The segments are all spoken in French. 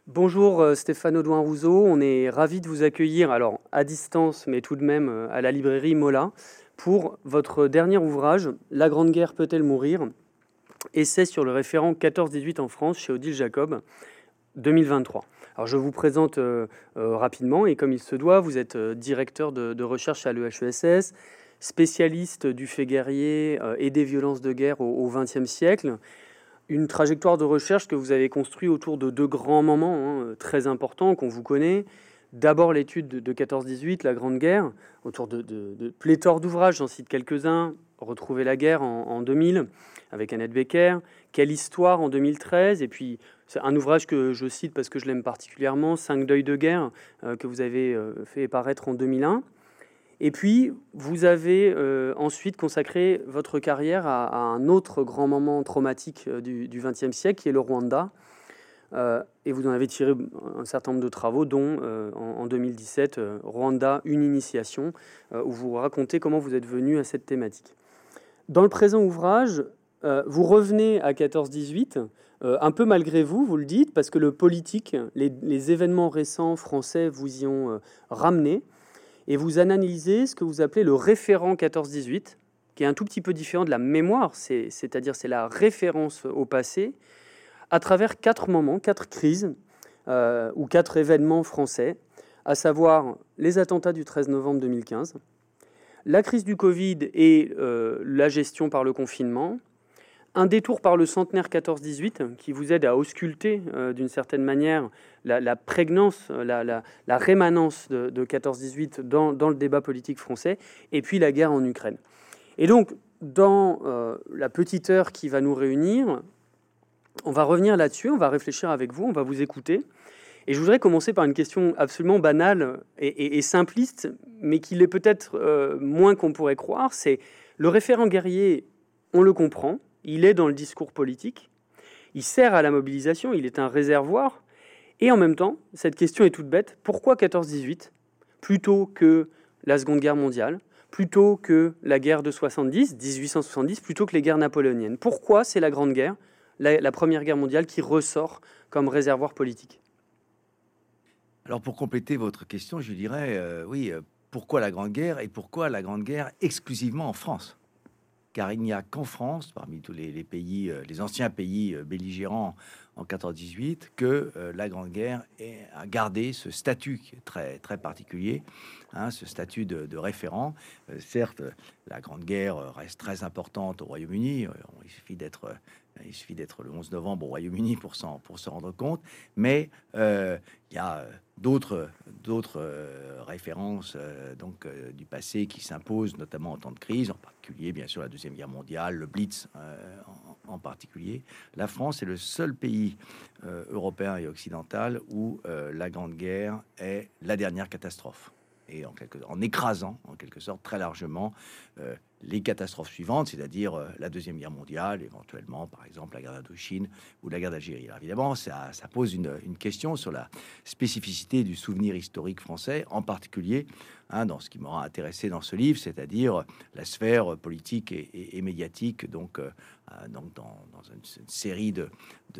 Bonjour Stéphane Audouin-Rousseau, on est ravi de vous accueillir, alors à distance, mais tout de même à la librairie Mola, pour votre dernier ouvrage, La Grande Guerre peut-elle mourir? Essai sur le référent 14-18 en France chez Odile Jacob, 2023. Alors je vous présente rapidement, et comme il se doit, vous êtes directeur de recherche à l'EHESS, spécialiste du fait guerrier et des violences de guerre au XXe siècle. Une trajectoire de recherche que vous avez construite autour de deux grands moments très importants qu'on vous connaît. D'abord l'étude de 14-18, la Grande Guerre, autour de pléthore d'ouvrages, j'en cite quelques-uns. Retrouver la guerre en 2000 avec Annette Becker, Quelle histoire en 2013, et puis c'est un ouvrage que je cite parce que je l'aime particulièrement, 5 deuils de guerre, que vous avez fait paraître en 2001. Et puis, vous avez ensuite consacré votre carrière à un autre grand moment traumatique du XXe siècle, qui est le Rwanda. Et vous en avez tiré un certain nombre de travaux, dont en 2017, Rwanda, une initiation, où vous racontez comment vous êtes venu à cette thématique. Dans le présent ouvrage, vous revenez à 14-18, un peu malgré vous, vous le dites, parce que le politique, les événements récents français vous y ont ramené. Et vous analysez ce que vous appelez le référent 14-18, qui est un tout petit peu différent de la mémoire, c'est-à-dire c'est la référence au passé, à travers 4 moments, 4 crises, ou 4 événements français, à savoir les attentats du 13 novembre 2015, la crise du Covid et la gestion par le confinement, un détour par le centenaire 14-18 qui vous aide à ausculter d'une certaine manière la prégnance, la rémanence de 14-18 dans le débat politique français, et puis la guerre en Ukraine. Et donc, dans la petite heure qui va nous réunir, on va revenir là-dessus, on va réfléchir avec vous, on va vous écouter. Et je voudrais commencer par une question absolument banale et simpliste, mais qui l'est peut-être moins qu'on pourrait croire. C'est le référent guerrier, on le comprend, il est dans le discours politique, il sert à la mobilisation, il est un réservoir. Et en même temps, cette question est toute bête, pourquoi 14-18 plutôt que la Seconde Guerre mondiale, plutôt que la guerre de 70, 1870, plutôt que les guerres napoléoniennes? Pourquoi c'est la Grande Guerre, la Première Guerre mondiale, qui ressort comme réservoir politique? Alors pour compléter votre question, je dirais pourquoi la Grande Guerre et pourquoi la Grande Guerre exclusivement en France? Car il n'y a qu'en France, parmi tous les pays, les anciens pays belligérants en 14-18, que la Grande Guerre a gardé ce statut qui est très, très particulier, ce statut de référent. Certes, la Grande Guerre reste très importante au Royaume-Uni. Il suffit d'être le 11 novembre au Royaume-Uni pour s'en rendre compte, mais il y a d'autres références du passé qui s'imposent, notamment en temps de crise, en particulier bien sûr la Deuxième Guerre mondiale, le Blitz en particulier. La France est le seul pays européen et occidental où la Grande Guerre est la dernière catastrophe, et en écrasant en quelque sorte très largement les catastrophes suivantes, c'est-à-dire la Deuxième Guerre mondiale, éventuellement par exemple la guerre d'Indochine ou la guerre d'Algérie. Alors évidemment, ça pose une question sur la spécificité du souvenir historique français, en particulier dans ce qui m'aura intéressé dans ce livre, c'est-à-dire la sphère politique et médiatique, donc dans une série de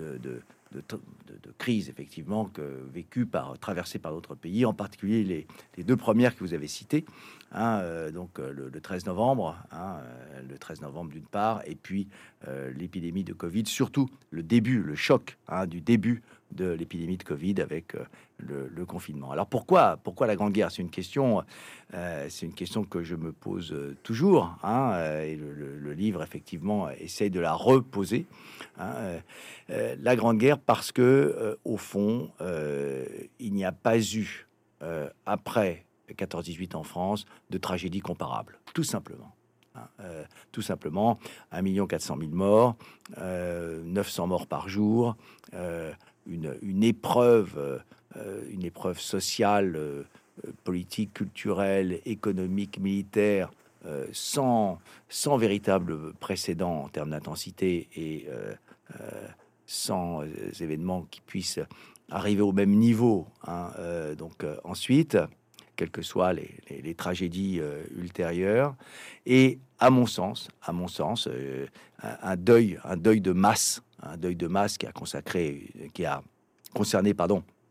crises effectivement traversées par d'autres pays, en particulier les deux premières que vous avez citées, le 13 novembre, le 13 novembre d'une part, et puis l'épidémie de Covid, surtout le choc du début de l'épidémie de Covid avec le confinement. Alors pourquoi la Grande Guerre? C'est une question que je me pose toujours, et le livre effectivement essaye de la reposer. La Grande Guerre parce que au fond, il n'y a pas eu après 14-18 en France de tragédie comparable, tout simplement. Tout simplement, 1 400 000 morts, 900 morts par jour, une épreuve sociale, politique, culturelle, économique, militaire, sans véritable précédent en termes d'intensité et sans événements qui puissent arriver au même niveau. Ensuite, quelles que soient les tragédies ultérieures, et à mon sens, un deuil de masse qui a concerné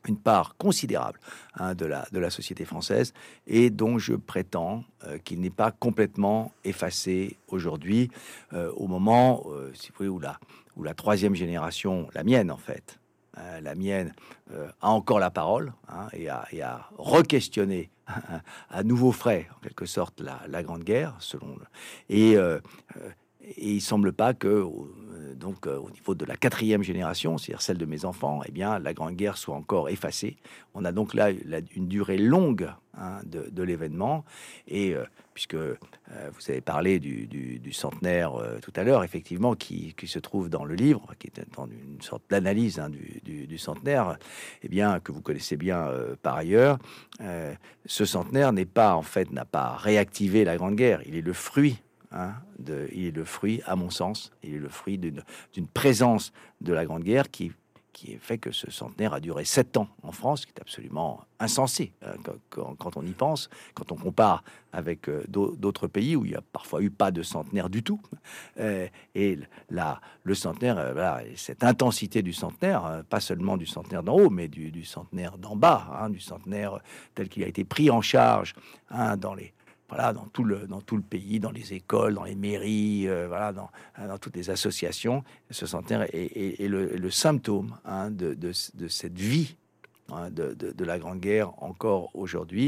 une part considérable de la société française et dont je prétends qu'il n'est pas complètement effacé aujourd'hui, au moment, si vous voulez, où la troisième génération, la mienne en fait, la mienne a encore la parole et a re-questionné à nouveau frais, en quelque sorte, la Grande Guerre, et il semble pas que, donc, au niveau de la quatrième génération, c'est-à-dire celle de mes enfants, eh bien, la Grande Guerre soit encore effacée. On a donc là une durée longue de l'événement. Et puisque vous avez parlé du centenaire tout à l'heure, effectivement, qui se trouve dans le livre, qui est dans une sorte d'analyse du centenaire, eh bien, que vous connaissez bien par ailleurs, ce centenaire n'a pas réactivé la Grande Guerre. Il est le fruit. Il est le fruit, à mon sens, il est le fruit d'une présence de la Grande Guerre qui fait que ce centenaire a duré 7 ans en France, ce qui est absolument insensé quand on y pense, quand on compare avec d'autres pays où il y a parfois eu pas de centenaire du tout. Et là, le centenaire, voilà, cette intensité du centenaire, pas seulement du centenaire d'en haut, mais du centenaire d'en bas, du centenaire tel qu'il a été pris en charge dans tout le pays, dans les écoles, dans les mairies, dans toutes les associations. Ce centenaire est le symptôme de cette vie de la Grande Guerre encore aujourd'hui.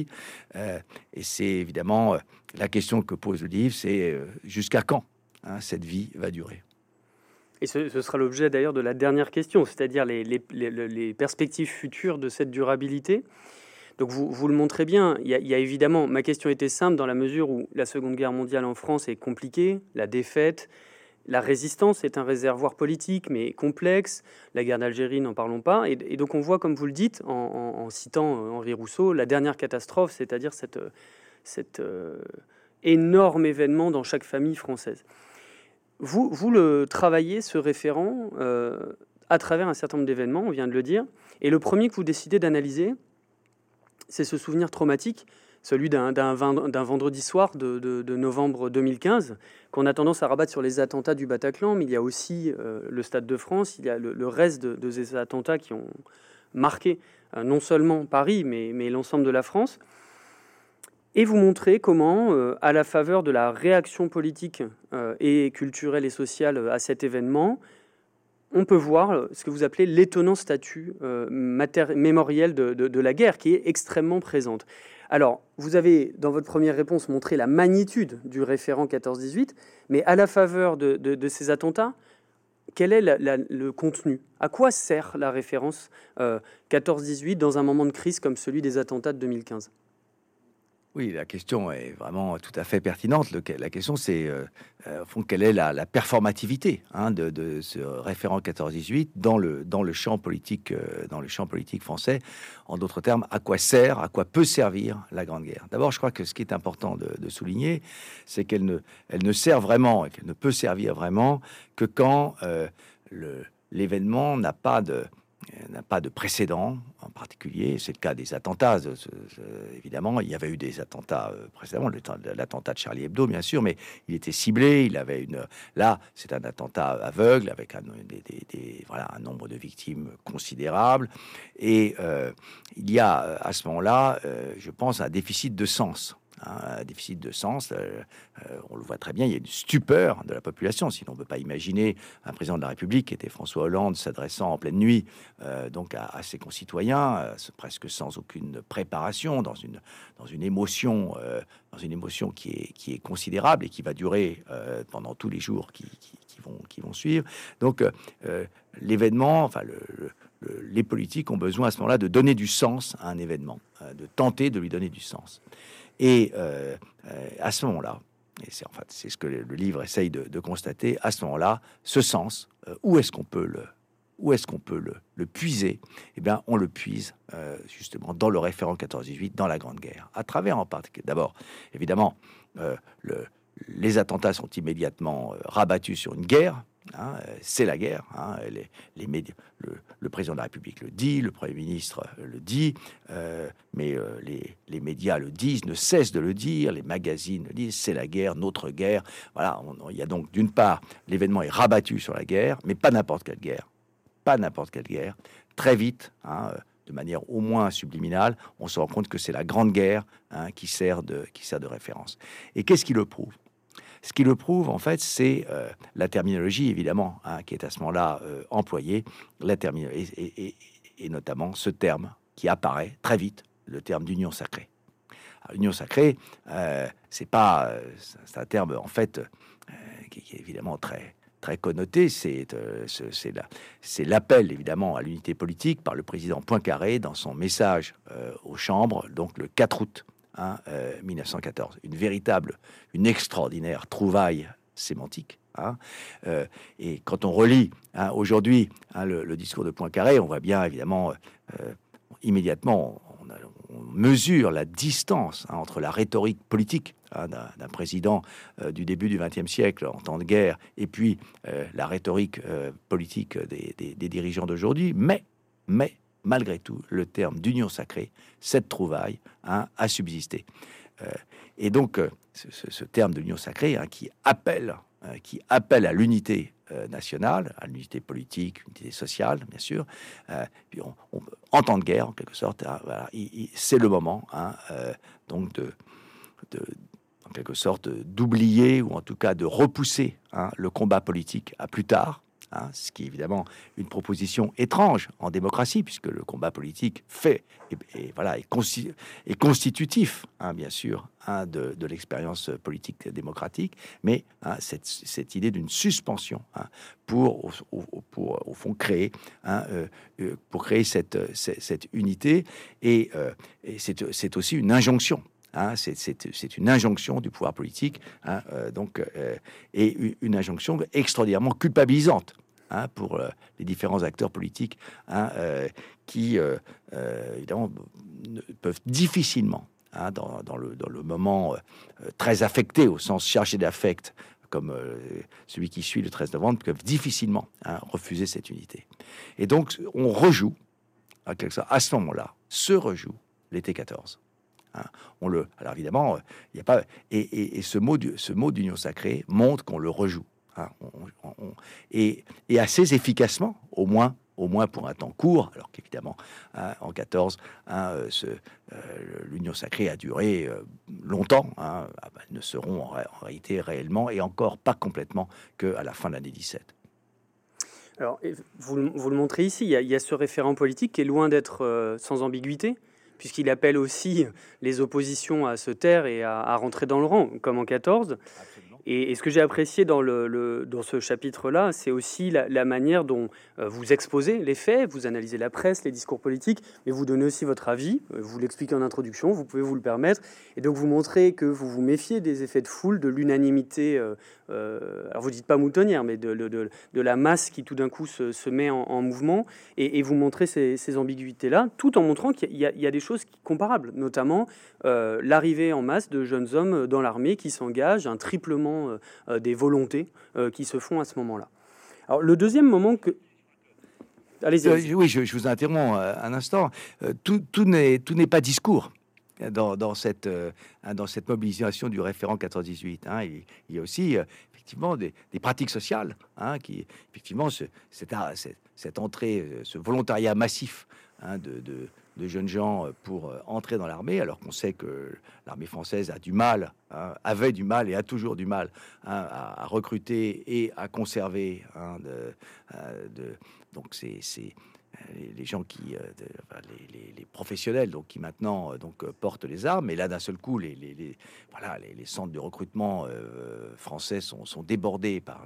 Et c'est évidemment la question que pose le livre, c'est jusqu'à quand cette vie va durer. Et ce sera l'objet d'ailleurs de la dernière question, c'est-à-dire les perspectives futures de cette durabilité. Donc vous le montrez bien, il y a évidemment, ma question était simple dans la mesure où la Seconde Guerre mondiale en France est compliquée, la défaite, la résistance est un réservoir politique mais complexe, la guerre d'Algérie, n'en parlons pas, et donc on voit, comme vous le dites, en citant Henri Rousseau, la dernière catastrophe, c'est-à-dire cet énorme événement dans chaque famille française. Vous le travaillez, ce référent, à travers un certain nombre d'événements, on vient de le dire, et le premier que vous décidez d'analyser, c'est ce souvenir traumatique, celui d'un vendredi soir de novembre 2015, qu'on a tendance à rabattre sur les attentats du Bataclan, mais il y a aussi le Stade de France, il y a le reste de ces attentats qui ont marqué non seulement Paris, mais l'ensemble de la France. Et vous montrez comment, à la faveur de la réaction politique et culturelle et sociale à cet événement, on peut voir ce que vous appelez l'étonnant statut mémoriel de la guerre, qui est extrêmement présente. Alors, vous avez, dans votre première réponse, montré la magnitude du référent 14-18, mais à la faveur de ces attentats, quel est le contenu? À quoi sert la référence 14-18 dans un moment de crise comme celui des attentats de 2015? Oui, la question est vraiment tout à fait pertinente. La question, c'est, au fond, quelle est la performativité de ce référent 14-18 dans le champ politique, français. En d'autres termes, à quoi peut servir la Grande Guerre? D'abord, je crois que ce qui est important de souligner, c'est qu'elle ne sert vraiment et qu'elle ne peut servir vraiment que quand l'événement n'a pas de précédent en particulier. C'est le cas des attentats. Évidemment, il y avait eu des attentats précédemment, l'attentat de Charlie Hebdo, bien sûr, mais il était ciblé. Il avait là, c'est un attentat aveugle avec un nombre de victimes considérable. Et il y a à ce moment-là, je pense, un déficit de sens. Un déficit de sens, on le voit très bien, il y a une stupeur de la population. Sinon, on ne peut pas imaginer un président de la République, qui était François Hollande, s'adressant en pleine nuit donc à ses concitoyens, presque sans aucune préparation, dans une émotion qui est considérable et qui va durer pendant tous les jours qui vont suivre. Donc, l'événement, les politiques ont besoin à ce moment-là de donner du sens à un événement, de tenter de lui donner du sens. Et à ce moment-là, et c'est ce que le livre essaye de constater, à ce moment-là, ce sens, où est-ce qu'on peut le puiser? Eh bien, on le puise justement dans le référent 14-18, dans la Grande Guerre, à travers en particulier. D'abord, évidemment, les attentats sont immédiatement rabattus sur une guerre. C'est la guerre. Les médias, le président de la République le dit, le Premier ministre le dit, mais les médias le disent, ne cessent de le dire, les magazines le disent, c'est la guerre, notre guerre. Voilà, il y a donc d'une part, l'événement est rabattu sur la guerre, mais pas n'importe quelle guerre. Pas n'importe quelle guerre. Très vite, de manière au moins subliminale, on se rend compte que c'est la Grande Guerre qui sert de référence. Et qu'est-ce qui le prouve? Ce qui le prouve, en fait, c'est la terminologie, évidemment, qui est à ce moment-là employée, et notamment ce terme qui apparaît très vite, le terme d'union sacrée. Union sacrée, c'est un terme, en fait, qui est évidemment très connoté. C'est l'appel, évidemment, à l'unité politique par le président Poincaré dans son message aux chambres, donc le 4 août 1914. Une extraordinaire trouvaille sémantique. Et quand on relit aujourd'hui le discours de Poincaré, on voit bien, évidemment, immédiatement, on mesure la distance entre la rhétorique politique d'un président du début du XXe siècle en temps de guerre et puis la rhétorique politique des dirigeants d'aujourd'hui. Mais malgré tout, le terme d'union sacrée, cette trouvaille, a subsisté. Et donc, ce terme de l'union sacrée qui appelle à l'unité nationale, à l'unité politique, l'unité sociale, bien sûr. Puis en temps de guerre, en quelque sorte, voilà, c'est le moment, donc en quelque sorte, d'oublier ou en tout cas de repousser le combat politique à plus tard. Ce qui est évidemment une proposition étrange en démocratie, puisque le combat politique est constitutif, bien sûr, de l'expérience politique démocratique, mais cette idée d'une suspension pour au fond créer cette unité, et c'est aussi une injonction. C'est une injonction du pouvoir politique, et une injonction extraordinairement culpabilisante pour les différents acteurs politiques qui, évidemment, peuvent difficilement, dans le moment très affecté, au sens chargé d'affect, comme celui qui suit le 13 novembre, peuvent difficilement refuser cette unité. Et donc, on rejoue, à ce moment-là, se rejoue l'été 14. Alors évidemment, il n'y a pas, et ce mot d'union sacrée montre qu'on le rejoue, et assez efficacement, au moins pour un temps court, alors qu'évidemment en 14, l'union sacrée a duré longtemps. Elles ne seront en réalité réellement et encore pas complètement qu'à la fin de l'année 17. Alors, vous le montrez ici, il y a ce référent politique qui est loin d'être sans ambiguïté, puisqu'il appelle aussi les oppositions à se taire et à rentrer dans le rang, comme en 14. Et ce que j'ai apprécié dans ce chapitre-là, c'est aussi la manière dont vous exposez les faits, vous analysez la presse, les discours politiques, mais vous donnez aussi votre avis, vous l'expliquez en introduction, vous pouvez vous le permettre, et donc vous montrez que vous vous méfiez des effets de foule, de l'unanimité, alors vous dites pas moutonnière, mais de la masse qui tout d'un coup se met en mouvement, et vous montrez ces ambiguïtés-là, tout en montrant qu'il y a des choses comparables, notamment l'arrivée en masse de jeunes hommes dans l'armée qui s'engagent, un triplement des volontés qui se font à ce moment-là. Alors le deuxième moment que... Allez-y. Oui, je vous interromps un instant. Tout n'est pas discours dans cette mobilisation du référent 14-18. Il y a aussi effectivement des pratiques sociales qui, effectivement, cette entrée, ce volontariat massif de jeunes gens pour entrer dans l'armée, alors qu'on sait que l'armée française avait du mal et a toujours du mal à recruter et à conserver. Donc c'est les gens qui, les professionnels, donc qui maintenant portent les armes. Et là, d'un seul coup, les centres de recrutement français sont débordés par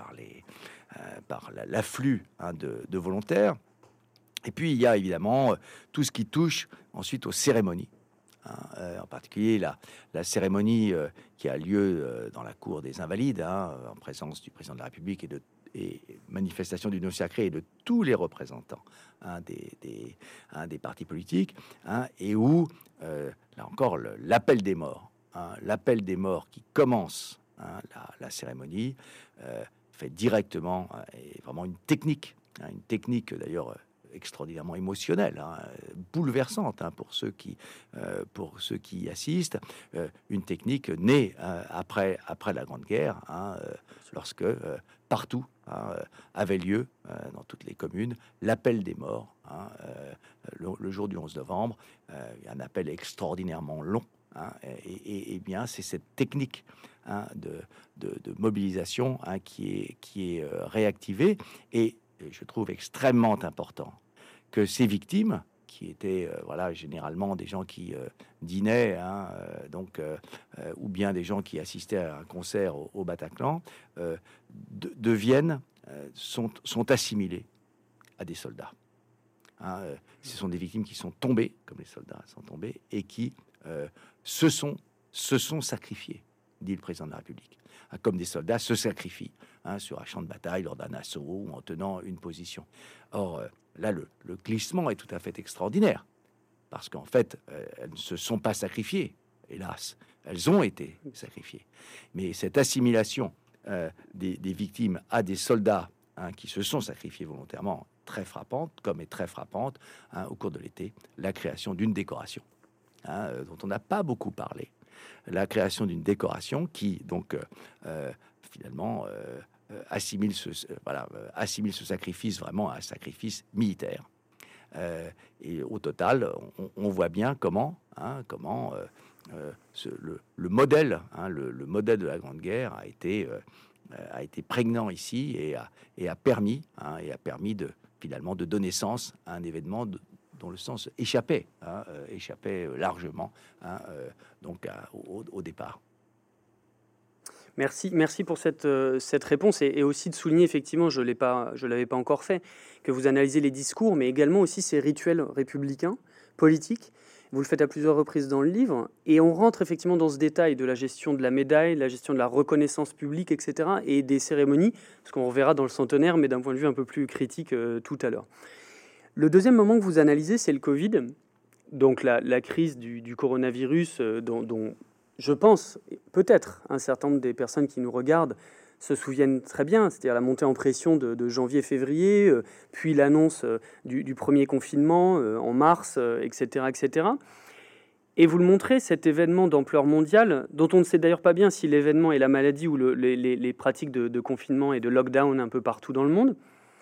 l'afflux de volontaires. Et puis, il y a évidemment tout ce qui touche ensuite aux cérémonies. En particulier la cérémonie qui a lieu dans la cour des Invalides, en présence du président de la République et manifestation d'union sacrée et de tous les représentants des partis politiques, et où, là encore, l'appel des morts, qui commence la cérémonie, fait directement, est vraiment une technique d'ailleurs extraordinairement émotionnelle, bouleversante pour ceux qui y assistent, une technique née après la Grande Guerre, lorsque partout avait lieu dans toutes les communes, l'appel des morts. Le jour du 11 novembre, il y a un appel extraordinairement long. Et bien, c'est cette technique de mobilisation qui est réactivée. Et je trouve extrêmement important que ces victimes, qui étaient généralement des gens qui dînaient, ou bien des gens qui assistaient à un concert au Bataclan, sont assimilés à des soldats. Ce sont des victimes qui sont tombées, comme les soldats sont tombés, et qui se sont sacrifiés, dit le président de la République, comme des soldats se sacrifient sur un champ de bataille lors d'un assaut ou en tenant une position. Or, là, le glissement est tout à fait extraordinaire, parce qu'en fait, elles ne se sont pas sacrifiées, hélas, elles ont été sacrifiées. Mais cette assimilation des victimes à des soldats qui se sont sacrifiés volontairement, très frappante, comme est très frappante au cours de l'été, la création d'une décoration, dont on n'a pas beaucoup parlé. La création d'une décoration qui, donc, finalement, assimile ce sacrifice vraiment à un sacrifice militaire. Et au total, on voit bien comment le modèle de la Grande Guerre a été prégnant ici et a permis finalement de donner sens à un événement dont le sens échappait largement au départ. Merci pour cette réponse et aussi de souligner effectivement, je l'avais pas encore fait, que vous analysez les discours, mais également aussi ces rituels républicains, politiques. Vous le faites à plusieurs reprises dans le livre, et on rentre effectivement dans ce détail de la gestion de la médaille, la gestion de la reconnaissance publique, etc., et des cérémonies, ce qu'on reverra dans le centenaire, mais d'un point de vue un peu plus critique tout à l'heure. Le deuxième moment que vous analysez, c'est le Covid, donc la crise du coronavirus, dont je pense, peut-être, un certain nombre des personnes qui nous regardent se souviennent très bien, c'est-à-dire la montée en pression de janvier-février, puis l'annonce du premier confinement en mars, etc., etc. Et vous le montrez, cet événement d'ampleur mondiale, dont on ne sait d'ailleurs pas bien si l'événement est la maladie ou les pratiques de confinement et de lockdown un peu partout dans le monde,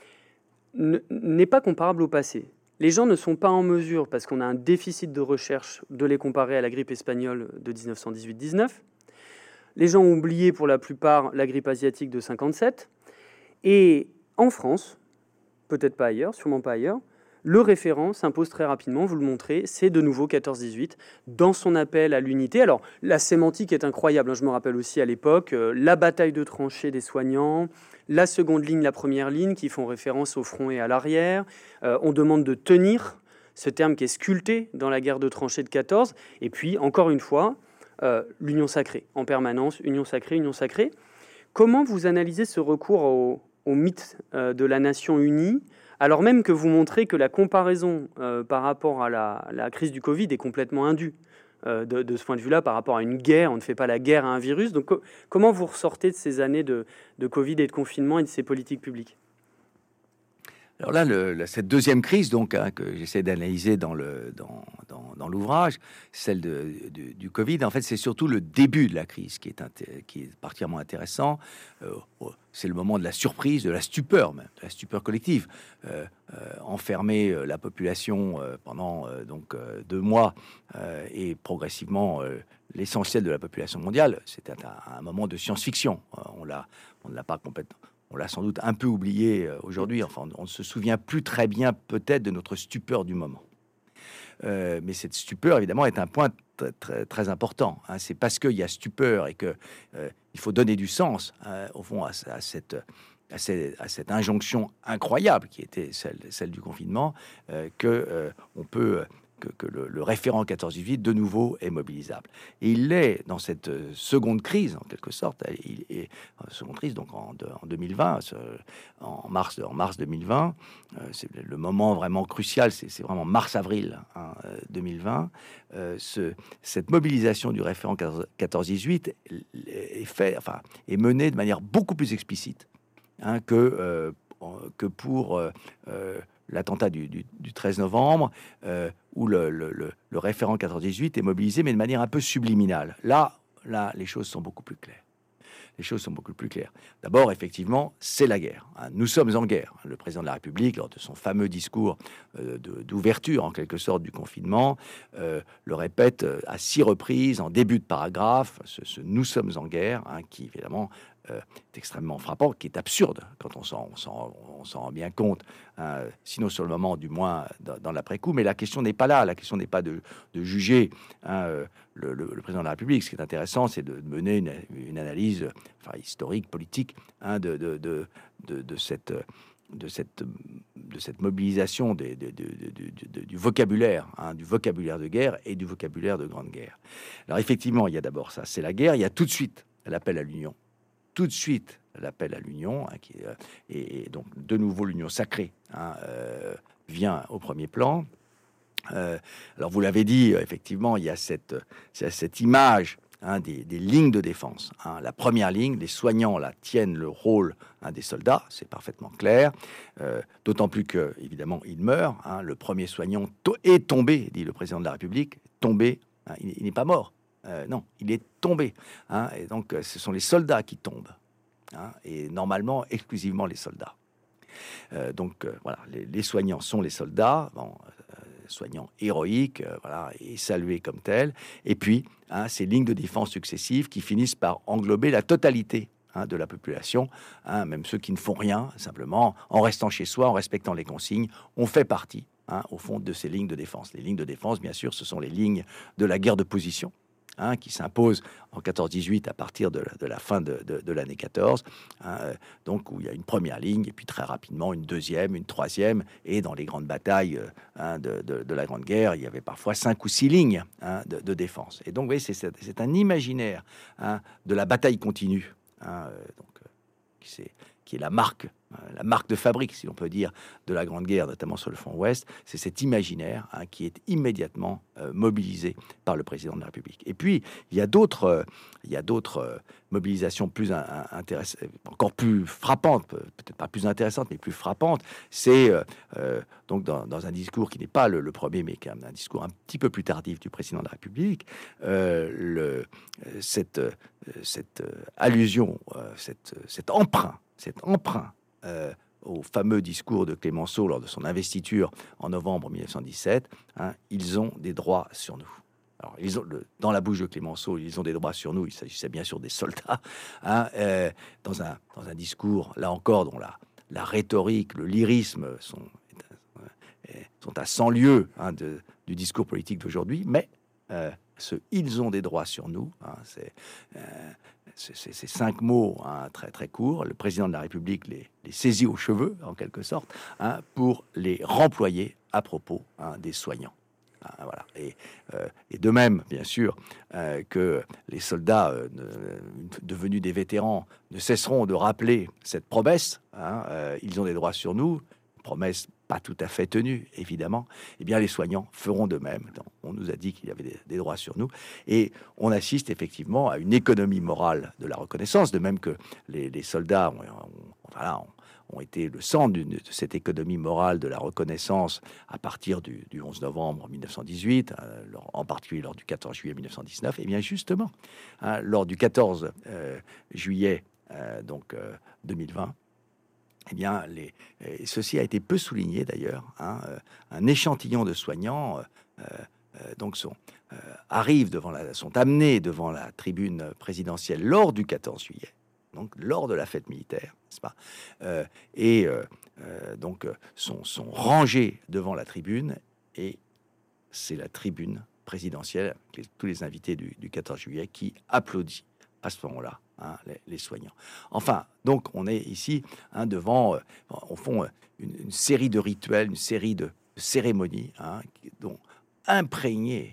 n'est pas comparable au passé. Les gens ne sont pas en mesure, parce qu'on a un déficit de recherche, de les comparer à la grippe espagnole de 1918-19. Les gens ont oublié pour la plupart la grippe asiatique de 57. Et en France, peut-être pas ailleurs, sûrement pas ailleurs, le référent s'impose très rapidement, vous le montrez, c'est de nouveau 14-18, dans son appel à l'unité. Alors, la sémantique est incroyable, je me rappelle aussi à l'époque, la bataille de tranchées des soignants, la seconde ligne, la première ligne, qui font référence au front et à l'arrière. On demande de tenir, ce terme qui est sculpté dans la guerre de tranchées de 14. Et puis, encore une fois, l'union sacrée, en permanence, union sacrée. Comment vous analysez ce recours au mythe de la nation unie, alors même que vous montrez que la comparaison par rapport à la crise du Covid est complètement indue de ce point de vue-là, par rapport à une guerre, on ne fait pas la guerre à un virus. Donc comment vous ressortez de ces années de Covid et de confinement et de ces politiques publiques ? Alors là, cette deuxième crise, donc, que j'essaie d'analyser dans l'ouvrage, celle du Covid, en fait, c'est surtout le début de la crise qui est particulièrement intéressant. C'est le moment de la surprise, de la stupeur, même, de la stupeur collective. Enfermer la population pendant 2 mois et progressivement l'essentiel de la population mondiale, c'était un moment de science-fiction. On ne l'a pas complètement. On l'a sans doute un peu oublié aujourd'hui. Enfin, on ne se souvient plus très bien peut-être de notre stupeur du moment. Mais cette stupeur, évidemment, est un point très, très important. C'est parce qu'il y a stupeur et que il faut donner du sens, au fond, à cette injonction incroyable qui était celle du confinement, on peut... Que le référent 14-18 de nouveau est mobilisable. Et il est dans cette seconde crise, en quelque sorte, seconde crise, donc en 2020, en mars 2020, c'est le moment vraiment crucial, c'est vraiment mars-avril 2020. Cette mobilisation du référent 14-18 est menée de manière beaucoup plus explicite que pour l'attentat du 13 novembre, où le référent 14-18 est mobilisé, mais de manière un peu subliminale. Là, les choses sont beaucoup plus claires. les choses sont beaucoup plus claires. D'abord, effectivement, c'est la guerre. Nous sommes en guerre. Le président de la République, lors de son fameux discours d'ouverture, en quelque sorte, du confinement, le répète à 6 reprises, en début de paragraphe, ce nous sommes en guerre, qui, évidemment, est extrêmement frappant, qui est absurde quand on s'en rend bien compte, sinon sur le moment, du moins dans l'après-coup. Mais la question n'est pas là. La question n'est pas de juger le président de la République. Ce qui est intéressant, c'est de mener une analyse historique, politique, de cette mobilisation du vocabulaire, du vocabulaire de guerre et du vocabulaire de grande guerre. Alors effectivement, il y a d'abord ça, c'est la guerre. Il y a tout de suite l'appel à l'union. Tout de suite l'appel à l'union, et donc de nouveau l'union sacrée vient au premier plan. Alors vous l'avez dit, effectivement, il y a cette image des lignes de défense. La première ligne, les soignants là tiennent le rôle des soldats, c'est parfaitement clair. D'autant plus que, évidemment, il meurt. Le premier soignant est tombé, dit le président de la République, tombé. Il n'est pas mort. Non, il est tombé. Et donc, ce sont les soldats qui tombent. Et normalement, exclusivement les soldats. Donc, voilà, les soignants sont les soldats. Soignants héroïques, et salués comme tels. Et puis, ces lignes de défense successives qui finissent par englober la totalité de la population, même ceux qui ne font rien, simplement en restant chez soi, en respectant les consignes, on fait partie, au fond, de ces lignes de défense. Les lignes de défense, bien sûr, ce sont les lignes de la guerre de position, qui s'impose en 14-18 à partir de la fin de l'année 14, donc où il y a une première ligne, et puis très rapidement une deuxième, une troisième, et dans les grandes batailles de la Grande Guerre, il y avait parfois 5 ou 6 lignes de défense. Et donc, vous voyez, c'est un imaginaire de la bataille continue, qui est la marque de fabrique, si l'on peut dire, de la Grande Guerre, notamment sur le front ouest. C'est cet imaginaire qui est immédiatement mobilisé par le président de la République. Et puis, il y a d'autres mobilisations plus intéressantes, encore plus frappantes, peut-être pas plus intéressantes, mais plus frappantes. C'est donc dans un discours qui n'est pas le premier, mais quand même un discours un petit peu plus tardif du président de la République, cette allusion, cet emprunt au fameux discours de Clémenceau lors de son investiture en novembre 1917, ils ont des droits sur nous. Alors, dans la bouche de Clémenceau, ils ont des droits sur nous. Il s'agissait bien sûr des soldats, dans un discours, là encore, dont la rhétorique, le lyrisme sont à 100 lieues du discours politique d'aujourd'hui, mais ils ont des droits sur nous, ces 5 mots très très courts, le président de la République les saisit aux cheveux, en quelque sorte, pour les remployer à propos des soignants. Voilà. Et de même, bien sûr, que les soldats devenus des vétérans ne cesseront de rappeler cette promesse, ils ont des droits sur nous, promesse pas tout à fait tenue, évidemment. Eh bien, les soignants feront de même. On nous a dit qu'il y avait des droits sur nous, et on assiste effectivement à une économie morale de la reconnaissance, de même que les soldats ont été le centre de cette économie morale de la reconnaissance à partir du 11 novembre 1918, en particulier lors du 14 juillet 1919. Et bien justement, lors du 14 juillet 2020, eh bien, ceci a été peu souligné d'ailleurs. Un échantillon de soignants sont amenés devant la tribune présidentielle lors du 14 juillet, donc lors de la fête militaire, n'est-ce pas, sont rangés devant la tribune, et c'est la tribune présidentielle, tous les invités du 14 juillet, qui applaudit à ce moment-là les soignants. Enfin, donc on est ici devant, au fond, une série de rituels, une série de cérémonies, dont imprégnées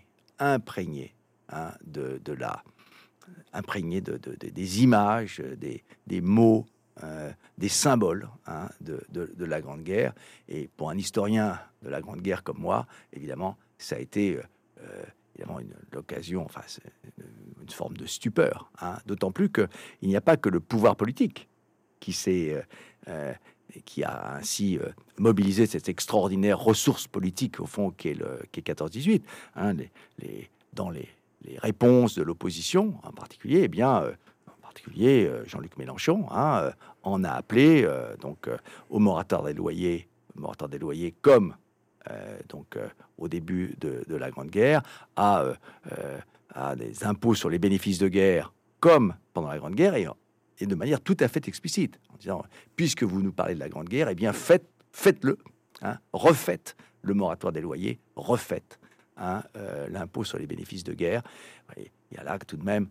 des images, des mots, des symboles de la Grande Guerre. Et pour un historien de la Grande Guerre comme moi, évidemment, ça a été l'occasion, une forme de stupeur, d'autant plus qu'il n'y a pas que le pouvoir politique qui a ainsi mobilisé cette extraordinaire ressource politique, au fond, qui est 14-18, dans les réponses de l'opposition en particulier, particulier Jean-Luc Mélenchon, en a appelé au moratoire des loyers, comme au début de la Grande Guerre, à des impôts sur les bénéfices de guerre, comme pendant la Grande Guerre, et de manière tout à fait explicite, en disant, puisque vous nous parlez de la Grande Guerre, eh bien faites-le, refaites le moratoire des loyers, refaites l'impôt sur les bénéfices de guerre. Il y a là tout de même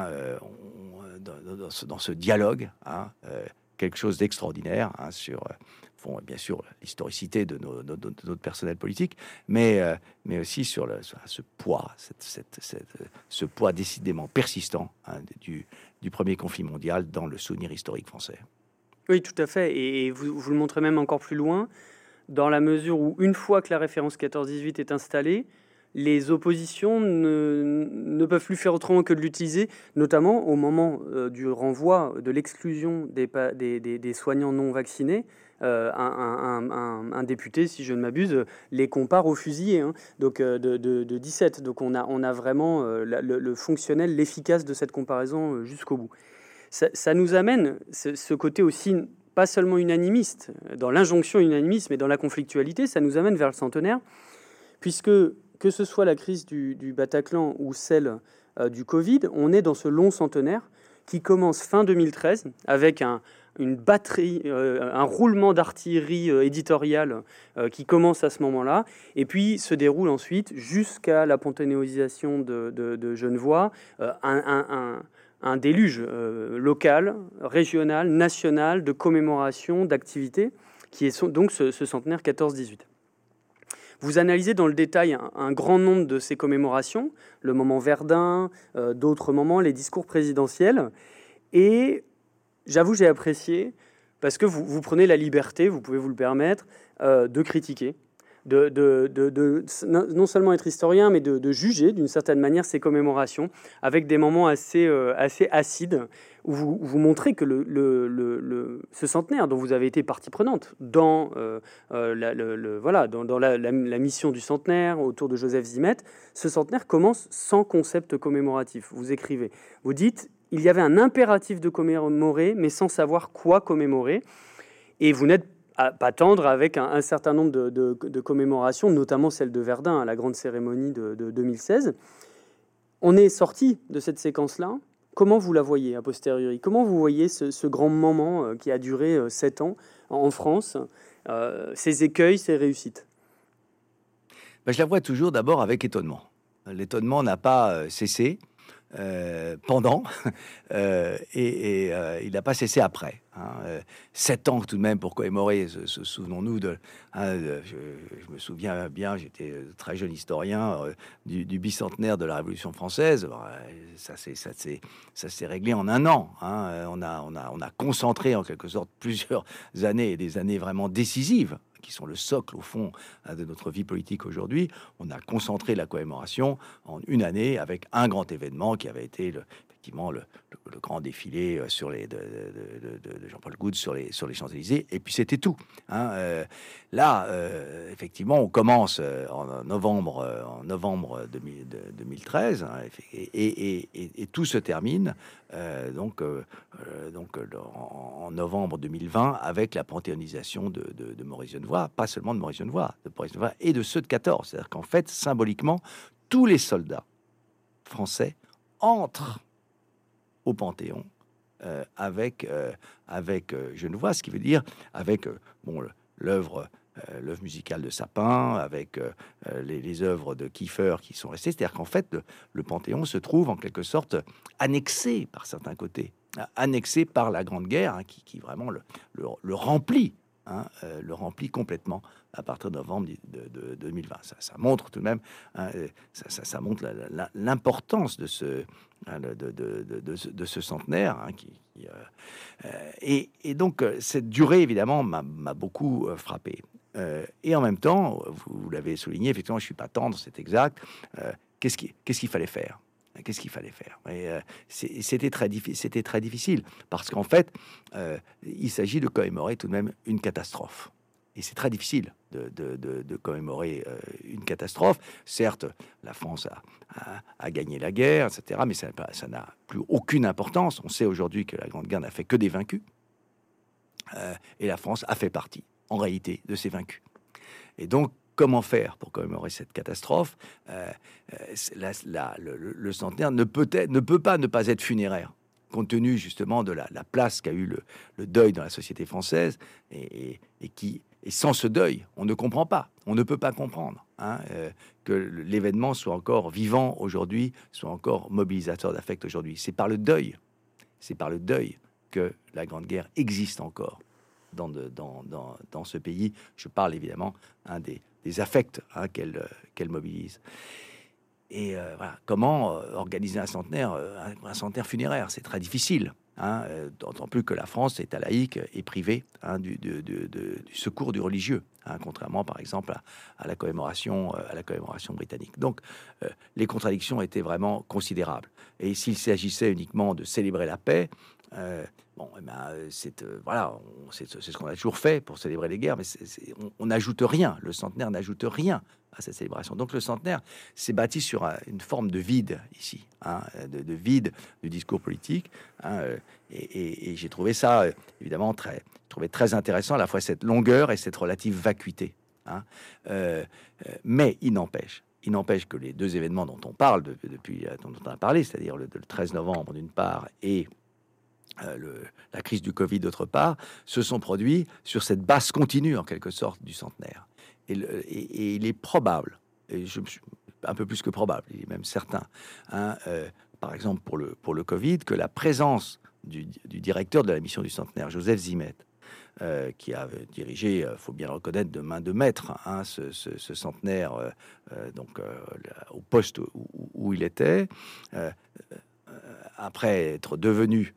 dans ce dialogue quelque chose d'extraordinaire sur bien sûr l'historicité de notre personnel politique, mais aussi sur ce poids, ce poids décidément persistant du premier conflit mondial dans le souvenir historique français. Oui, tout à fait, et vous le montrez même encore plus loin, dans la mesure où, une fois que la référence 14-18 est installée, les oppositions ne peuvent plus faire autrement que de l'utiliser, notamment au moment du renvoi de l'exclusion des soignants non vaccinés. Un député, si je ne m'abuse, les compare aux fusillés, donc de 17. Donc on a vraiment le fonctionnel, l'efficace de cette comparaison jusqu'au bout. Ça nous amène ce côté aussi, pas seulement unanimiste, dans l'injonction unanimiste, mais dans la conflictualité, ça nous amène vers le centenaire, puisque que ce soit la crise du Bataclan ou celle du Covid, on est dans ce long centenaire qui commence fin 2013 avec une batterie, un roulement d'artillerie éditoriale qui commence à ce moment-là, et puis se déroule ensuite jusqu'à la panthéonisation de Genevois, un déluge local, régional, national, de commémoration, d'activités, qui est donc ce centenaire 14-18. Vous analysez dans le détail un grand nombre de ces commémorations, le moment Verdun, d'autres moments, les discours présidentiels, et j'avoue, j'ai apprécié, parce que vous prenez la liberté, vous pouvez vous le permettre, de critiquer, non seulement être historien, mais de juger d'une certaine manière ces commémorations, avec des moments assez acides, où vous montrez que ce centenaire dont vous avez été partie prenante dans la mission du centenaire autour de Joseph Zimet, ce centenaire commence sans concept commémoratif. Vous écrivez, vous dites, il y avait un impératif de commémorer, mais sans savoir quoi commémorer, et vous n'êtes pas tendre avec un certain nombre de commémorations, notamment celle de Verdun, à la grande cérémonie de 2016. On est sorti de cette séquence-là. Comment vous la voyez a posteriori? Comment vous voyez ce grand moment qui a duré 7 ans en France, ses écueils, ses réussites? Je la vois toujours d'abord avec étonnement. L'étonnement n'a pas cessé pendant et il n'a pas cessé après. 7 ans tout de même pour commémorer. Souvenons-nous je me souviens bien, j'étais très jeune historien du bicentenaire de la Révolution française. Ça s'est réglé en un an. On a concentré en quelque sorte plusieurs années, et des années vraiment décisives, qui sont le socle, au fond, de notre vie politique aujourd'hui. On a concentré la commémoration en une année avec un grand événement qui avait été effectivement le grand défilé de Jean-Paul Goude sur les Champs-Élysées, et puis c'était tout. Effectivement, on commence en novembre 2013, et tout se termine en novembre 2020 avec la panthéonisation de Maurice Genevoix, pas seulement de Maurice Genevoix, et de ceux de 14. C'est-à-dire qu'en fait, symboliquement, tous les soldats français entrent au Panthéon avec Genevoix, ce qui veut dire avec l'œuvre musicale de Sapin, avec les œuvres de Kiefer qui sont restées. C'est-à-dire qu'en fait, le Panthéon se trouve en quelque sorte annexé par certains côtés, annexé par la Grande Guerre, qui vraiment le remplit. Le remplit complètement à partir de novembre de 2020. Ça montre tout de même, ça montre l'importance de ce centenaire, et donc cette durée évidemment m'a beaucoup frappé. Et en même temps, vous l'avez souligné, effectivement, je suis pas tendre, c'est exact. Qu'est-ce qu'il fallait faire? Qu'est-ce qu'il fallait faire? C'était très difficile parce qu'en fait, il s'agit de commémorer tout de même une catastrophe. et c'est très difficile de commémorer une catastrophe. Certes, la France a gagné la guerre, etc., mais ça n'a plus aucune importance. On sait aujourd'hui que la Grande Guerre n'a fait que des vaincus, et la France a fait partie, en réalité, de ces vaincus. Et donc, comment faire pour commémorer cette catastrophe? Le centenaire ne peut pas ne pas être funéraire, compte tenu justement de la place qu'a eu le deuil dans la société française, et sans ce deuil, on ne comprend pas, on ne peut pas comprendre que l'événement soit encore vivant aujourd'hui, soit encore mobilisateur d'affect aujourd'hui. C'est par le deuil que la Grande Guerre existe encore dans ce pays. Je parle évidemment des affects qu'elle mobilise. Et voilà, comment organiser un centenaire funéraire? C'est très difficile, d'autant plus que la France est laïque et privée du secours du religieux, contrairement par exemple à la commémoration britannique. Donc les contradictions étaient vraiment considérables. Et s'il s'agissait uniquement de célébrer la paix, c'est ce qu'on a toujours fait pour célébrer les guerres, mais on n'ajoute rien. Le centenaire n'ajoute rien à cette célébration. Donc le centenaire s'est bâti sur une forme de vide ici, de vide du discours politique, et j'ai trouvé ça évidemment très intéressant, à la fois cette longueur et cette relative vacuité. Mais il n'empêche que les deux événements dont on parle depuis dont on a parlé, c'est-à-dire le 13 novembre d'une part et la crise du Covid d'autre part, se sont produits sur cette base continue en quelque sorte du centenaire. Et il est probable, et je suis un peu plus que probable, il est même certain, par exemple pour le Covid, que la présence du directeur de la mission du centenaire, Joseph Zimet, qui a dirigé, faut bien le reconnaître, de main de maître, ce centenaire, au poste où il était, après être devenu,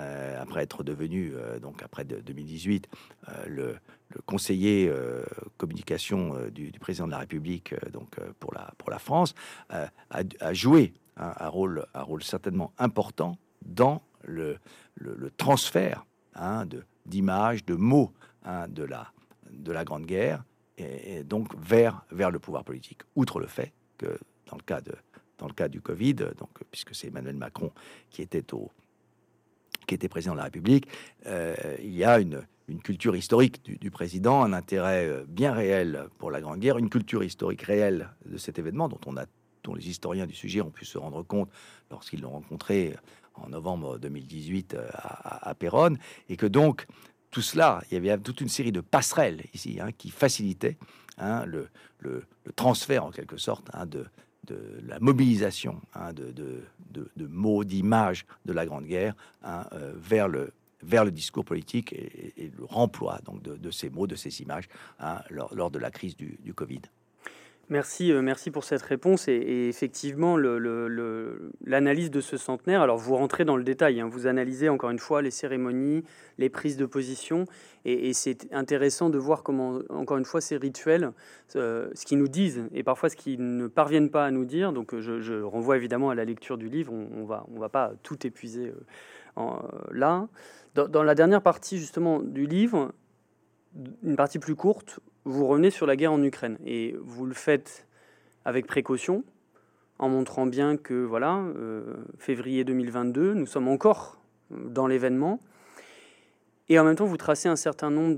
donc après 2018, le conseiller communication du président de la République, pour la France, a joué un rôle certainement important dans le transfert d'images, de mots, de la Grande Guerre, et donc vers le pouvoir politique. Outre le fait que dans le cas du Covid, puisque c'est Emmanuel Macron qui était président de la République, il y a une culture historique du président, un intérêt bien réel pour la Grande Guerre, une culture historique réelle de cet événement dont les historiens du sujet ont pu se rendre compte lorsqu'ils l'ont rencontré en novembre 2018 à Péronne, et que donc tout cela, il y avait toute une série de passerelles ici qui facilitaient le transfert en quelque sorte de la mobilisation de mots, d'images de la Grande Guerre vers le discours politique, et le remploi donc de ces mots, de ces images lors de la crise du Covid. Merci pour cette réponse. Et effectivement, l'analyse de ce centenaire, alors vous rentrez dans le détail, vous analysez encore une fois les cérémonies, les prises de position, et c'est intéressant de voir comment, encore une fois, ces rituels, ce qu'ils nous disent, et parfois ce qu'ils ne parviennent pas à nous dire. Donc je renvoie évidemment à la lecture du livre, on va pas tout épuiser là. Dans la dernière partie justement du livre, une partie plus courte, vous revenez sur la guerre en Ukraine, et vous le faites avec précaution, en montrant bien que février 2022, nous sommes encore dans l'événement, et en même temps vous tracez un certain nombre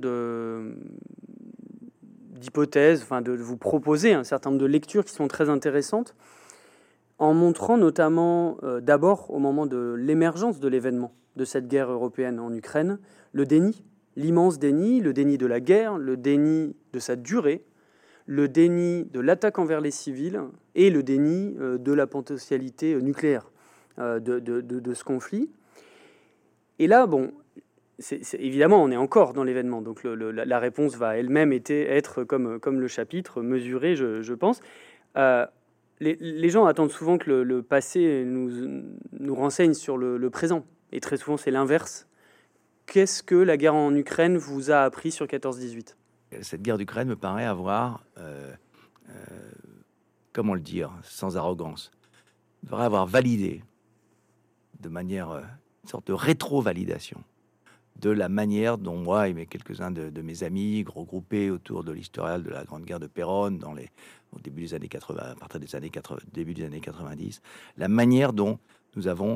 d'hypothèses, de vous proposer un certain nombre de lectures qui sont très intéressantes, en montrant notamment d'abord au moment de l'émergence de l'événement, de cette guerre européenne en Ukraine, le déni. L'immense déni, le déni de la guerre, le déni de sa durée, le déni de l'attaque envers les civils et le déni de la potentialité nucléaire de ce conflit. Et là, évidemment, on est encore dans l'événement, donc la réponse va elle-même être comme le chapitre, mesurée, je pense. Les gens attendent souvent que le passé nous renseigne sur le présent, et très souvent c'est l'inverse. Qu'est-ce que la guerre en Ukraine vous a appris sur 14-18 ? Cette guerre d'Ukraine me paraît avoir, comment le dire, sans arrogance, devrait avoir validé de manière, une sorte de rétro-validation de la manière dont moi et quelques-uns de mes amis, regroupés autour de l'historial de la Grande Guerre de Péronne au début des années 80, à partir des années 80, début des années 90, la manière dont nous avons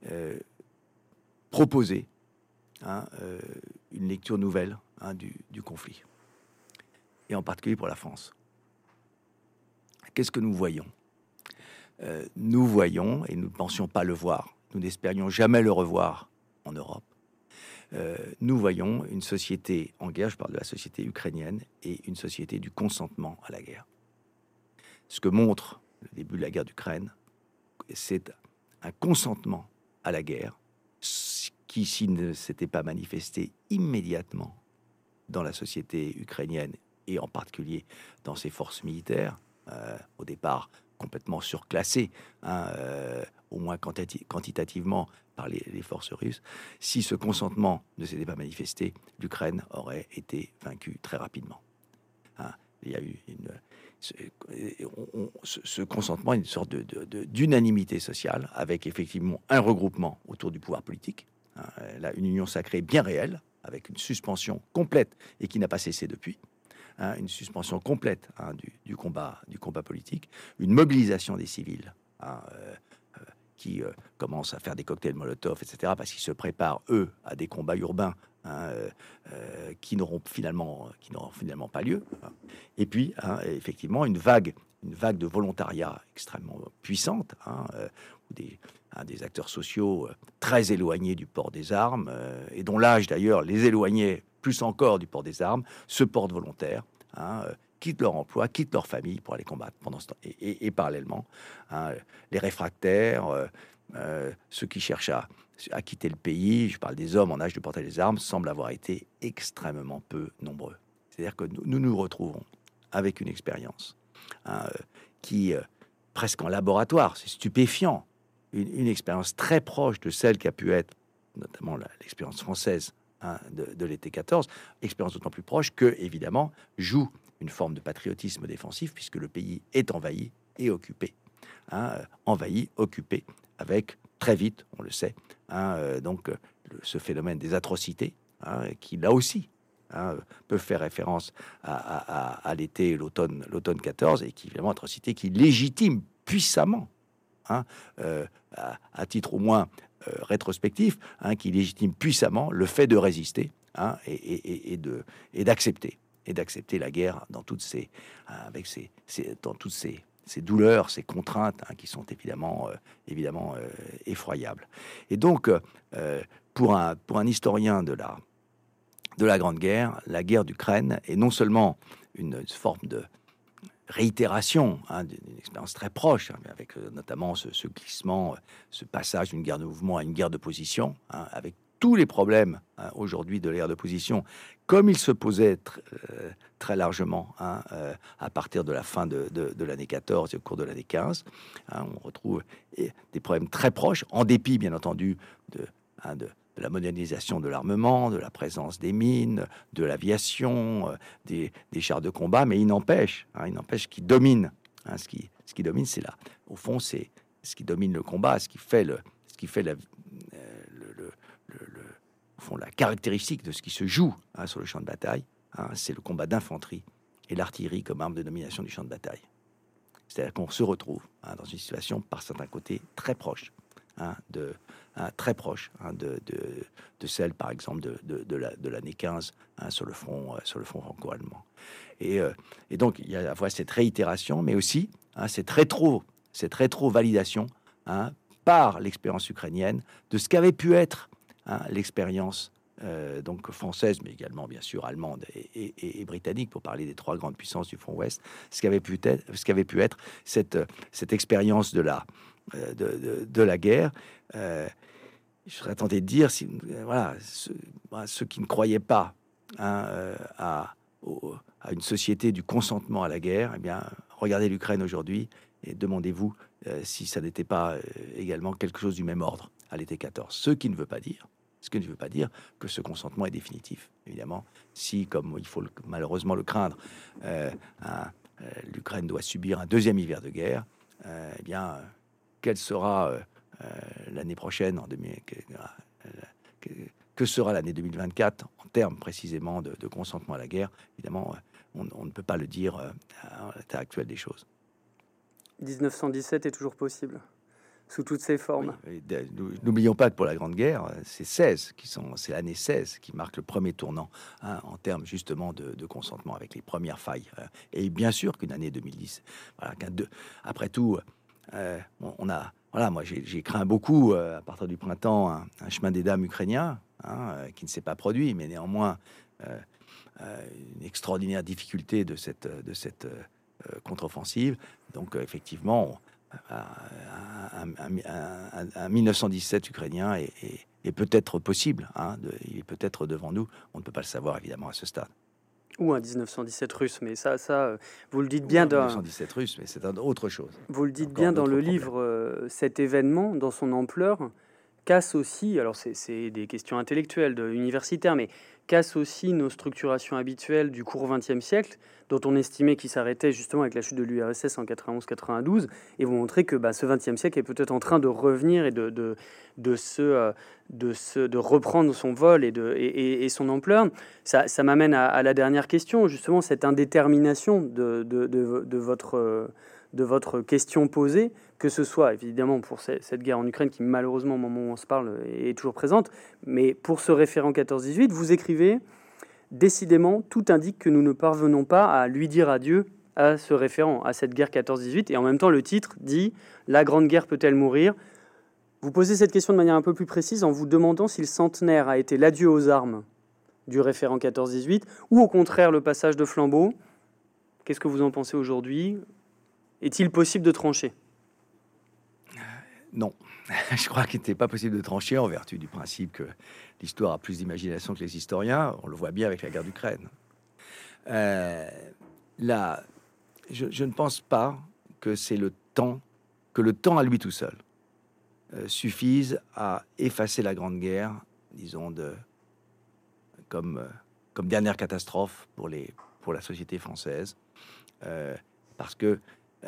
proposé une lecture nouvelle du conflit, et en particulier pour la France. Qu'est-ce que nous voyons? Nous voyons, et nous ne pensions pas le voir, nous n'espérions jamais le revoir en Europe, nous voyons une société en guerre, je parle de la société ukrainienne, et une société du consentement à la guerre. Ce que montre le début de la guerre d'Ukraine, c'est un consentement à la guerre qui, s'il ne s'était pas manifesté immédiatement dans la société ukrainienne, et en particulier dans ses forces militaires, au départ complètement surclassées, au moins quantitativement par les forces russes, si ce consentement ne s'était pas manifesté, l'Ukraine aurait été vaincue très rapidement. Il y a eu ce consentement, une sorte d'unanimité sociale, avec effectivement un regroupement autour du pouvoir politique, là, une union sacrée bien réelle, avec une suspension complète et qui n'a pas cessé depuis. Une suspension complète du combat politique, une mobilisation des civils qui commencent à faire des cocktails Molotov, etc., parce qu'ils se préparent, eux, à des combats urbains qui n'auront finalement pas lieu. Et puis, effectivement, une vague de volontariat extrêmement puissante, où des acteurs sociaux très éloignés du port des armes, et dont l'âge, d'ailleurs, les éloignait plus encore du port des armes, se portent volontaires, quittent leur emploi, quittent leur famille pour aller combattre pendant ce temps. Et parallèlement, les réfractaires, ceux qui cherchent à quitter le pays, je parle des hommes en âge de porter les armes, semblent avoir été extrêmement peu nombreux. C'est-à-dire que nous nous retrouvons avec une expérience qui, presque en laboratoire, c'est stupéfiant, une expérience très proche de celle qui a pu être, notamment l'expérience française de l'été 14, expérience d'autant plus proche que, évidemment, joue une forme de patriotisme défensif, puisque le pays est envahi et occupé. Occupé, avec très vite, on le sait, ce phénomène des atrocités, qui là aussi peut faire référence à l'été et l'automne 14, et qui, évidemment, atrocités qui légitiment puissamment, à titre au moins rétrospectif, qui légitime puissamment le fait de résister, et d'accepter la guerre dans toutes ces ces douleurs, ces contraintes qui sont évidemment effroyables. Et donc, pour un historien de la Grande Guerre, la guerre d'Ukraine est non seulement une forme de réitération d'une expérience très proche, avec notamment ce glissement, ce passage d'une guerre de mouvement à une guerre de position, avec tous les problèmes aujourd'hui de l'ère de position, comme il se posait très largement à partir de la fin de l'année 14 et au cours de l'année 15. On retrouve des problèmes très proches, en dépit, bien entendu, de la modernisation de l'armement, de la présence des mines, de l'aviation, des chars de combat, mais il n'empêche qu'il domine. Ce qui domine, c'est là. Au fond, c'est ce qui domine le combat, ce qui fait la caractéristique de ce qui se joue sur le champ de bataille, c'est le combat d'infanterie et l'artillerie comme arme de domination du champ de bataille. C'est-à-dire qu'on se retrouve dans une situation, par certains côtés, très proche de celle, par exemple, de l'année 15 sur le front franco-allemand. Et donc, il y a à la fois cette réitération, mais aussi cette rétro-validation par l'expérience ukrainienne de ce qu'avait pu être l'expérience donc française, mais également bien sûr allemande et britannique, pour parler des trois grandes puissances du front ouest, ce qu'avait pu être cette expérience de la guerre. Je serais tenté de dire, ceux qui ne croyaient pas à une société du consentement à la guerre, eh bien, regardez l'Ukraine aujourd'hui et demandez-vous si ça n'était pas également quelque chose du même ordre à l'été 14. Ce qui ne veut pas dire que ce consentement est définitif. Évidemment, si, comme il faut malheureusement le craindre, l'Ukraine doit subir un deuxième hiver de guerre, eh bien, quelle sera l'année prochaine, Que sera l'année 2024 en termes précisément de consentement à la guerre? Évidemment, on ne peut pas le dire à l'état actuel des choses. 1917 est toujours possible, sous toutes ses formes. Oui, n'oublions pas que pour la Grande Guerre, c'est l'année 16 qui marque le premier tournant, hein, en termes justement de consentement, avec les premières failles. Et bien sûr qu'une année 2010, voilà, après tout, moi j'ai craint beaucoup à partir du printemps un chemin des dames ukrainien, hein, qui ne s'est pas produit, mais néanmoins une extraordinaire difficulté de cette contre-offensive. Donc effectivement, un 1917 ukrainien est peut-être possible, hein, il est peut-être devant nous. On ne peut pas le savoir évidemment à ce stade. Ou un 1917 russe, mais ça, vous le dites bien. 1917 russe, mais c'est autre chose. Vous le dites bien dans le livre, cet événement, dans son ampleur, casse aussi, alors c'est des questions intellectuelles, universitaires, mais casse aussi nos structurations habituelles du court XXe siècle, dont on estimait qu'il s'arrêtait justement avec la chute de l'URSS en 91-92, et vous montrer que ce XXe siècle est peut-être en train de revenir et de reprendre son vol et son ampleur. Ça m'amène à la dernière question, justement, cette indétermination de votre question posée, que ce soit évidemment pour cette guerre en Ukraine qui malheureusement au moment où on se parle est toujours présente, mais pour ce référent 14-18, vous écrivez « Décidément, tout indique que nous ne parvenons pas à lui dire adieu à ce référent, à cette guerre 14-18 », et en même temps le titre dit « La Grande Guerre peut-elle mourir ?» Vous posez cette question de manière un peu plus précise en vous demandant si le centenaire a été l'adieu aux armes du référent 14-18 ou au contraire le passage de flambeau. Qu'est-ce que vous en pensez aujourd'hui ? Est-il possible de trancher ? Non, je crois qu'il n'était pas possible de trancher en vertu du principe que l'histoire a plus d'imagination que les historiens. On le voit bien avec la guerre d'Ukraine. Là, je ne pense pas que c'est le temps à lui tout seul suffise à effacer la Grande Guerre, disons, comme dernière catastrophe pour la société française. Parce que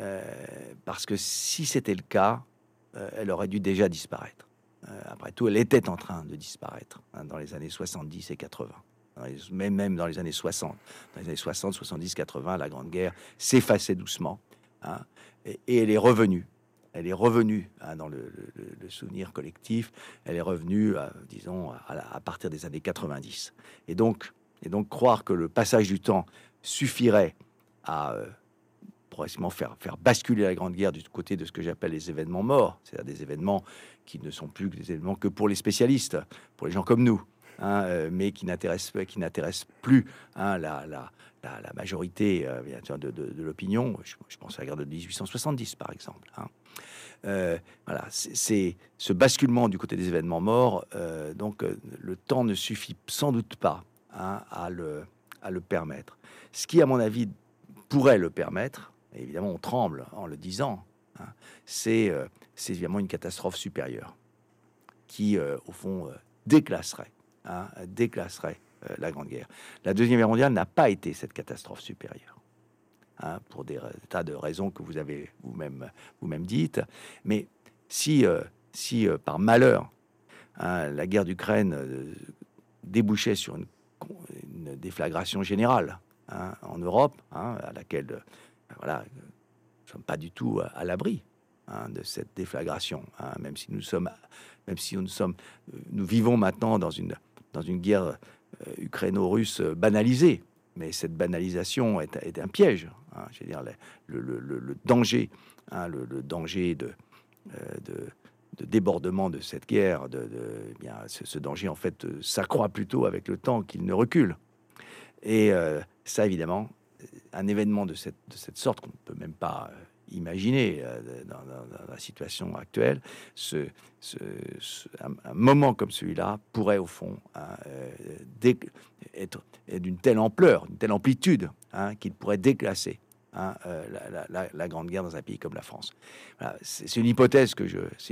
si c'était le cas, elle aurait dû déjà disparaître. Après tout, elle était en train de disparaître, hein, dans les années 70 et 80. Même dans les années 60. Dans les années 60, 70, 80, la Grande Guerre s'effaçait doucement, hein, et elle est revenue. Elle est revenue, hein, dans le souvenir collectif. Elle est revenue, disons, à partir des années 90. Et donc croire que le passage du temps suffirait à progressivement faire basculer la Grande Guerre du côté de ce que j'appelle les événements morts, c'est-à-dire des événements qui ne sont plus des événements que pour les spécialistes, pour les gens comme nous, hein, mais qui n'intéressent plus, hein, la majorité bien sûr, de l'opinion. Je pense à la guerre de 1870, par exemple, hein. Voilà, c'est ce basculement du côté des événements morts. Donc, le temps ne suffit sans doute pas, hein, à le permettre. Ce qui, à mon avis, pourrait le permettre, et évidemment, on tremble en le disant, hein, c'est évidemment une catastrophe supérieure qui, au fond, déclasserait la Grande Guerre. La Deuxième Guerre mondiale n'a pas été cette catastrophe supérieure. Hein, pour des tas de raisons que vous avez vous-même dites. Mais si par malheur, hein, la guerre d'Ukraine débouchait sur une déflagration générale, hein, en Europe, hein, à laquelle voilà, nous ne sommes pas du tout à l'abri, hein, de cette déflagration, hein, même si nous vivons maintenant dans une guerre ukraino-russe banalisée. Mais cette banalisation est un piège, hein, je veux dire, le danger, hein, le danger de débordement de cette guerre, bien, ce danger en fait s'accroît plutôt avec le temps qu'il ne recule. Et ça, évidemment, un événement de cette sorte qu'on ne peut même pas imaginer dans la situation actuelle, un moment comme celui-là pourrait, au fond, être d'une telle ampleur, d'une telle amplitude, hein, qu'il pourrait déclasser, hein, la Grande Guerre dans un pays comme la France. Voilà, c'est une hypothèse que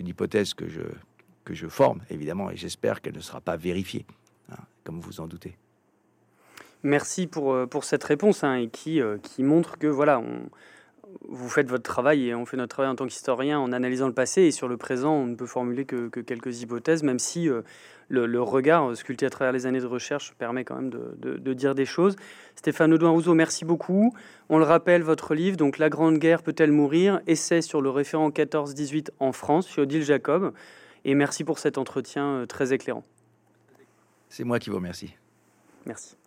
je forme, évidemment, et j'espère qu'elle ne sera pas vérifiée, hein, comme vous en doutez. Merci pour cette réponse, hein, et qui montre que voilà, vous faites votre travail et on fait notre travail en tant qu'historien en analysant le passé, et sur le présent, on ne peut formuler que quelques hypothèses, même si le regard sculpté à travers les années de recherche permet quand même de dire des choses. Stéphane Audouin-Rouzot, merci beaucoup. On le rappelle, votre livre, donc La Grande Guerre peut-elle mourir? Essai sur le référent 14-18 en France, chez Odile Jacob. Et merci pour cet entretien très éclairant. C'est moi qui vous remercie. Merci.